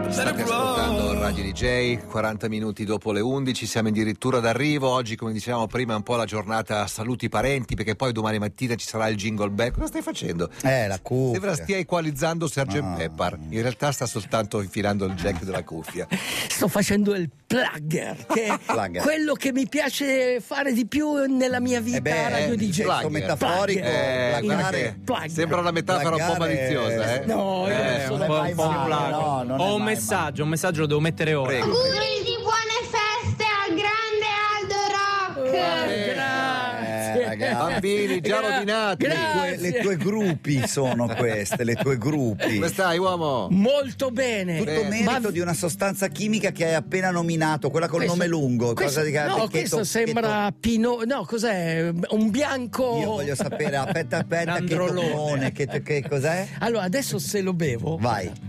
State ascoltando Radio DJ, 40 minuti dopo le 11, siamo addirittura d'arrivo. Oggi, come dicevamo prima, è un po' la giornata saluti parenti, perché poi domani mattina ci sarà il jingle bell. Cosa stai facendo? La cuffia. Sembra stia equalizzando Sgt. Pepper. In realtà sta soltanto infilando il jack della cuffia. Sto facendo il plugger, che è quello che mi piace fare di più nella mia vita radio DJ. Plugger. Metaforico. Sembra una metafora un po' maliziosa, eh? No, io non sono mai male. Ho un messaggio lo devo mettere ora. Prego. Auguri di buone feste al grande Aldo Rock. Grazie. Ragazzi. Bambini già rovinati. Le tue gruppi sono queste, le tue gruppi. Come stai, uomo? Molto bene. Tutto merito di una sostanza chimica che hai appena nominato, quella col nome lungo. Questo, questo sembra No, cos'è? Un bianco. Io voglio sapere, aspetta, che cos'è? Allora, adesso se lo bevo. Vai.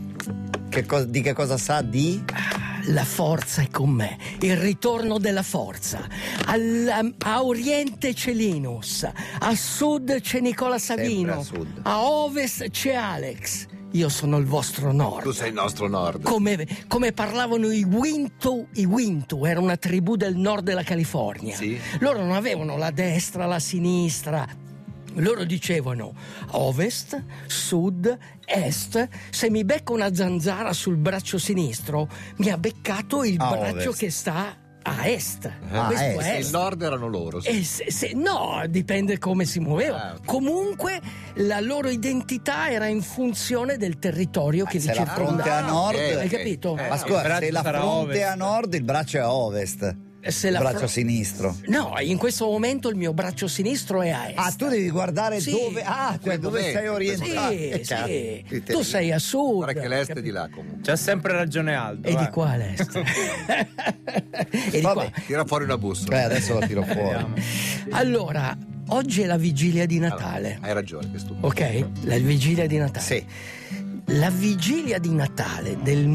Di che cosa sa? La forza è con me, il ritorno della forza. A oriente c'è Linus, a sud c'è Nicola Savino, a ovest c'è Alex. Io sono il vostro nord. Tu sei il nostro nord. Come parlavano i Wintu, era una tribù del nord della California. Sì. Loro non avevano la destra, la sinistra. Loro dicevano ovest, sud, est. Se mi becco una zanzara sul braccio sinistro, mi ha beccato il braccio ovest. Che sta a est. Questo è Il nord erano loro. Sì. No, dipende come si muoveva. Okay. Comunque la loro identità era in funzione del territorio che li se la fronte a circondava. nord, Hai capito? Ma scusa, se la fronte a nord, il braccio è a ovest. Il braccio sinistro. No, in questo momento il mio braccio sinistro è a est. Ah, tu devi guardare Sì. dove sei orientato. Sì. Tu sei a sud. Guarda che l'est è di là comunque. C'ha sempre ragione Aldo. E di qua l'est. E di qua. Tira fuori una bussola. Adesso la tiro fuori. Allora, oggi è la vigilia di Natale. Hai ragione, che stupido. Ok? La vigilia di Natale. Sì. La vigilia di Natale del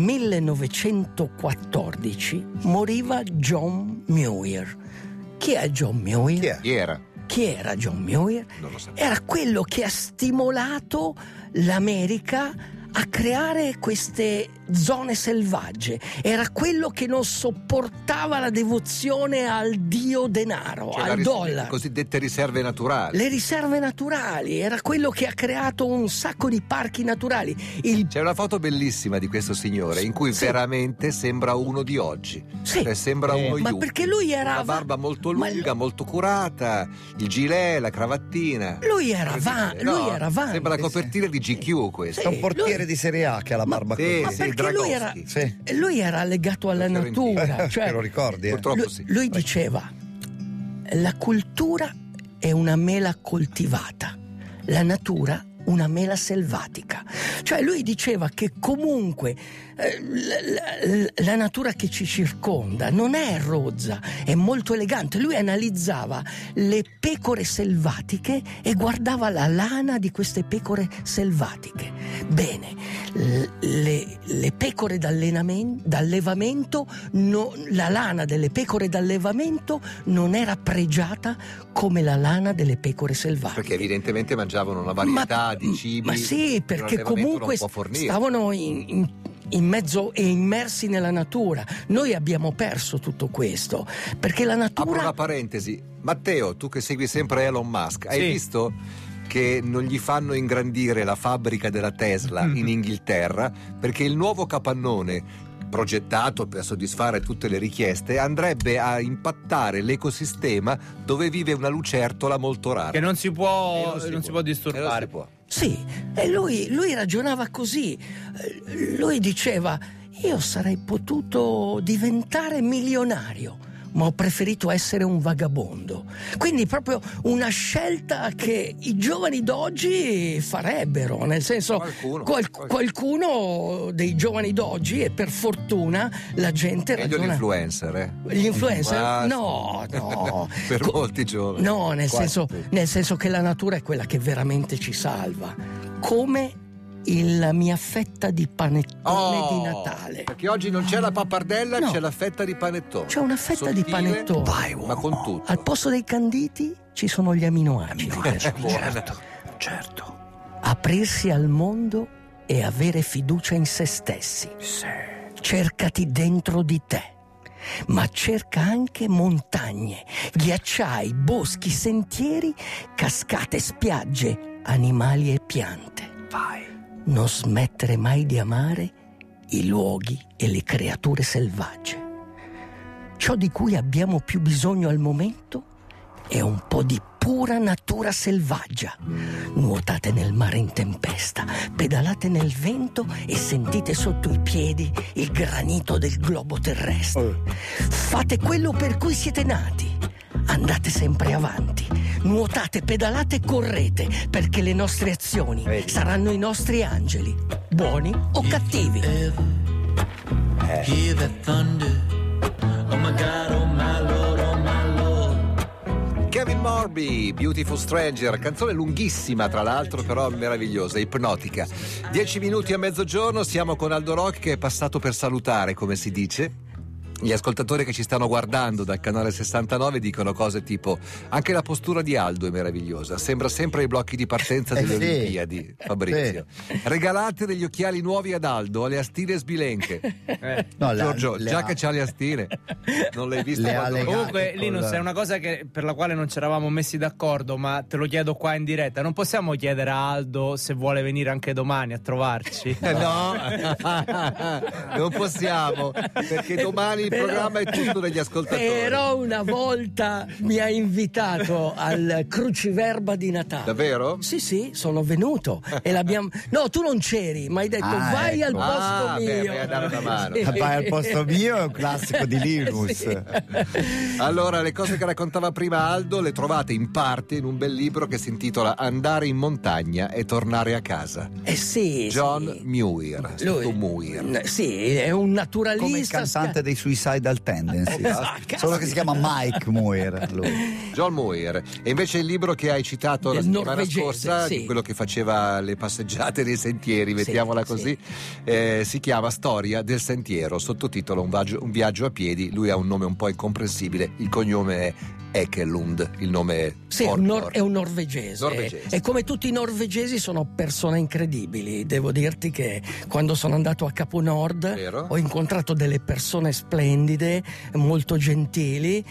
1914 moriva John Muir. Chi è John Muir? Chi era John Muir? Non lo sapevo. Era quello che ha stimolato l'America a creare queste zone selvagge. Era quello che non sopportava la devozione al dio denaro, al dollaro. Le cosiddette riserve naturali. Le riserve naturali, era quello che ha creato un sacco di parchi naturali. C'è una foto bellissima di questo signore in cui veramente sembra uno di oggi. Sì. Cioè, sembra uno Ma Yu. perché lui era la barba molto lunga, molto curata, il gilet, la cravatina. Lui era avanti. Sembra la copertina di GQ questo. È un portiere di Serie A che ha la barba così. Ma perché lui era legato alla natura, cioè, te lo ricordi? Purtroppo sì. Lui diceva: la cultura è una mela coltivata, la natura una mela selvatica. Cioè lui diceva che comunque la natura che ci circonda non è rozza, è molto elegante. Lui analizzava le pecore selvatiche e guardava la lana di queste pecore selvatiche. Bene, le pecore d'allevamento, la lana delle pecore d'allevamento non era pregiata come la lana delle pecore selvatiche. Perché evidentemente mangiavano una varietà di cibi. Ma sì, perché comunque stavano in mezzo e immersi nella natura. Noi abbiamo perso tutto questo perché la natura. Apro una parentesi. Matteo, tu che segui sempre Elon Musk, hai visto che non gli fanno ingrandire la fabbrica della Tesla in Inghilterra perché il nuovo capannone progettato per soddisfare tutte le richieste andrebbe a impattare l'ecosistema dove vive una lucertola molto rara che non si può disturbare. Sì, e lui ragionava così. Lui diceva: io sarei potuto diventare milionario, ma ho preferito essere un vagabondo. Quindi proprio una scelta che i giovani d'oggi farebbero, nel senso qualcuno dei giovani d'oggi, e per fortuna la gente ragiona. Gli influencer, Gli influencer? No. Per molti giovani. No, nel senso che la natura è quella che veramente ci salva. Come la mia fetta di panettone di Natale. Perché oggi non c'è la pappardella, c'è la fetta di panettone. C'è una fetta sottile, di panettone. Vai, ma con tutto. Al posto dei canditi ci sono gli aminoacidi. Certo. Aprirsi al mondo è avere fiducia in se stessi. Cercati dentro di te, ma cerca anche montagne, ghiacciai, boschi, sentieri, cascate, spiagge, animali e piante. Vai. Non smettere mai di amare i luoghi e le creature selvagge. Ciò di cui abbiamo più bisogno al momento è un po' di pura natura selvaggia. Nuotate nel mare in tempesta, pedalate nel vento e sentite sotto i piedi il granito del globo terrestre. Fate quello per cui siete nati. Andate sempre avanti. Nuotate, pedalate e correte, perché le nostre azioni saranno i nostri angeli, buoni o cattivi. Hear that thunder. Oh my God, oh my Lord, oh my Lord. Kevin Morby, Beautiful Stranger, canzone lunghissima tra l'altro, però meravigliosa, ipnotica. 10 minuti a mezzogiorno, siamo con Aldo Rock che è passato per salutare, come si dice. Gli ascoltatori che ci stanno guardando dal canale 69 dicono cose tipo: anche la postura di Aldo è meravigliosa, sembra sempre i blocchi di partenza delle Olimpiadi. Fabrizio, regalate degli occhiali nuovi ad Aldo, alle astine sbilenche. No, Giorgio, già che c'ha le astine, non l'hai vista comunque Linus, è una cosa per la quale non ci eravamo messi d'accordo, ma te lo chiedo qua in diretta: non possiamo chiedere a Aldo se vuole venire anche domani a trovarci? No, non possiamo, perché domani il programma è tutto degli ascoltatori. Però una volta mi ha invitato al Cruciverba di Natale. Davvero? Sì, sono venuto e l'abbiamo. No, tu non c'eri, ma hai detto vai al posto mio. Vai a dare una mano. Vai al posto mio è un classico di Linus. Sì. Allora, le cose che raccontava prima Aldo le trovate in parte in un bel libro che si intitola Andare in montagna e tornare a casa. Sì. John Muir. Muir. Sì, è un naturalista. Come il cantante dei Suicidal Tendencies. Solo che si chiama Mike Muir. John Muir. E invece il libro che hai citato la settimana scorsa, sì, di quello che faceva le passeggiate nei sentieri, mettiamola così, si chiama Storia del sentiero, sottotitolo un viaggio a piedi. Lui ha un nome un po' incomprensibile, il cognome è Ekelund, il nome è un norvegese. E come tutti i norvegesi sono persone incredibili. Devo dirti che quando sono andato a Capo Nord ho incontrato delle persone splendide, molto gentili,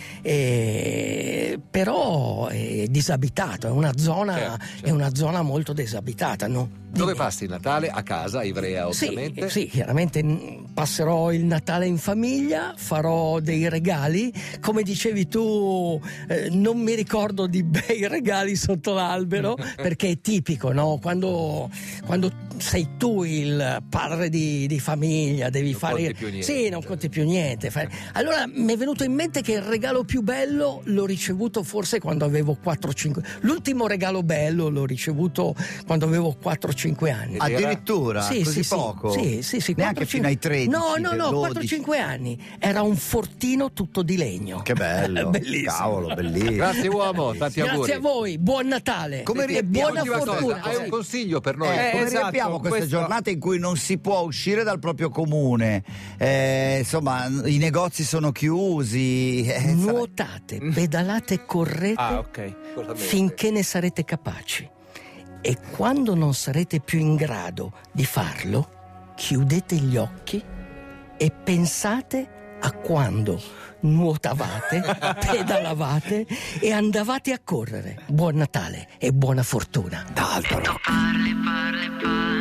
però è disabitato, è una zona è una zona molto disabitata, no? Dove passi il Natale? A casa, a Ivrea, ovviamente. Sì, chiaramente passerò il Natale in famiglia, farò dei regali, come dicevi tu, non mi ricordo di bei regali sotto l'albero, perché è tipico, no? Quando sei tu il padre di famiglia, devi fare. Non conti più niente. Allora mi è venuto in mente che il regalo più bello l'ho ricevuto forse quando avevo 4-5. L'ultimo regalo bello l'ho ricevuto quando avevo 4-5 anni. Addirittura? Così poco? Sì. Neanche fino ai 13? No, 4-5 anni. Era un fortino tutto di legno. Che bello. Bellissimo. Cavolo, bellissimo. Grazie uomo, tanti auguri. Grazie a voi, buon Natale. E buona fortuna. Hai un consiglio per noi? Come riempiamo queste giornate in cui non si può uscire dal proprio comune? Insomma, i negozi sono chiusi. Nuotate, pedalate e correte finché ne sarete capaci. E quando non sarete più in grado di farlo, chiudete gli occhi e pensate a quando nuotavate, pedalavate e andavate a correre. Buon Natale e buona fortuna. Parli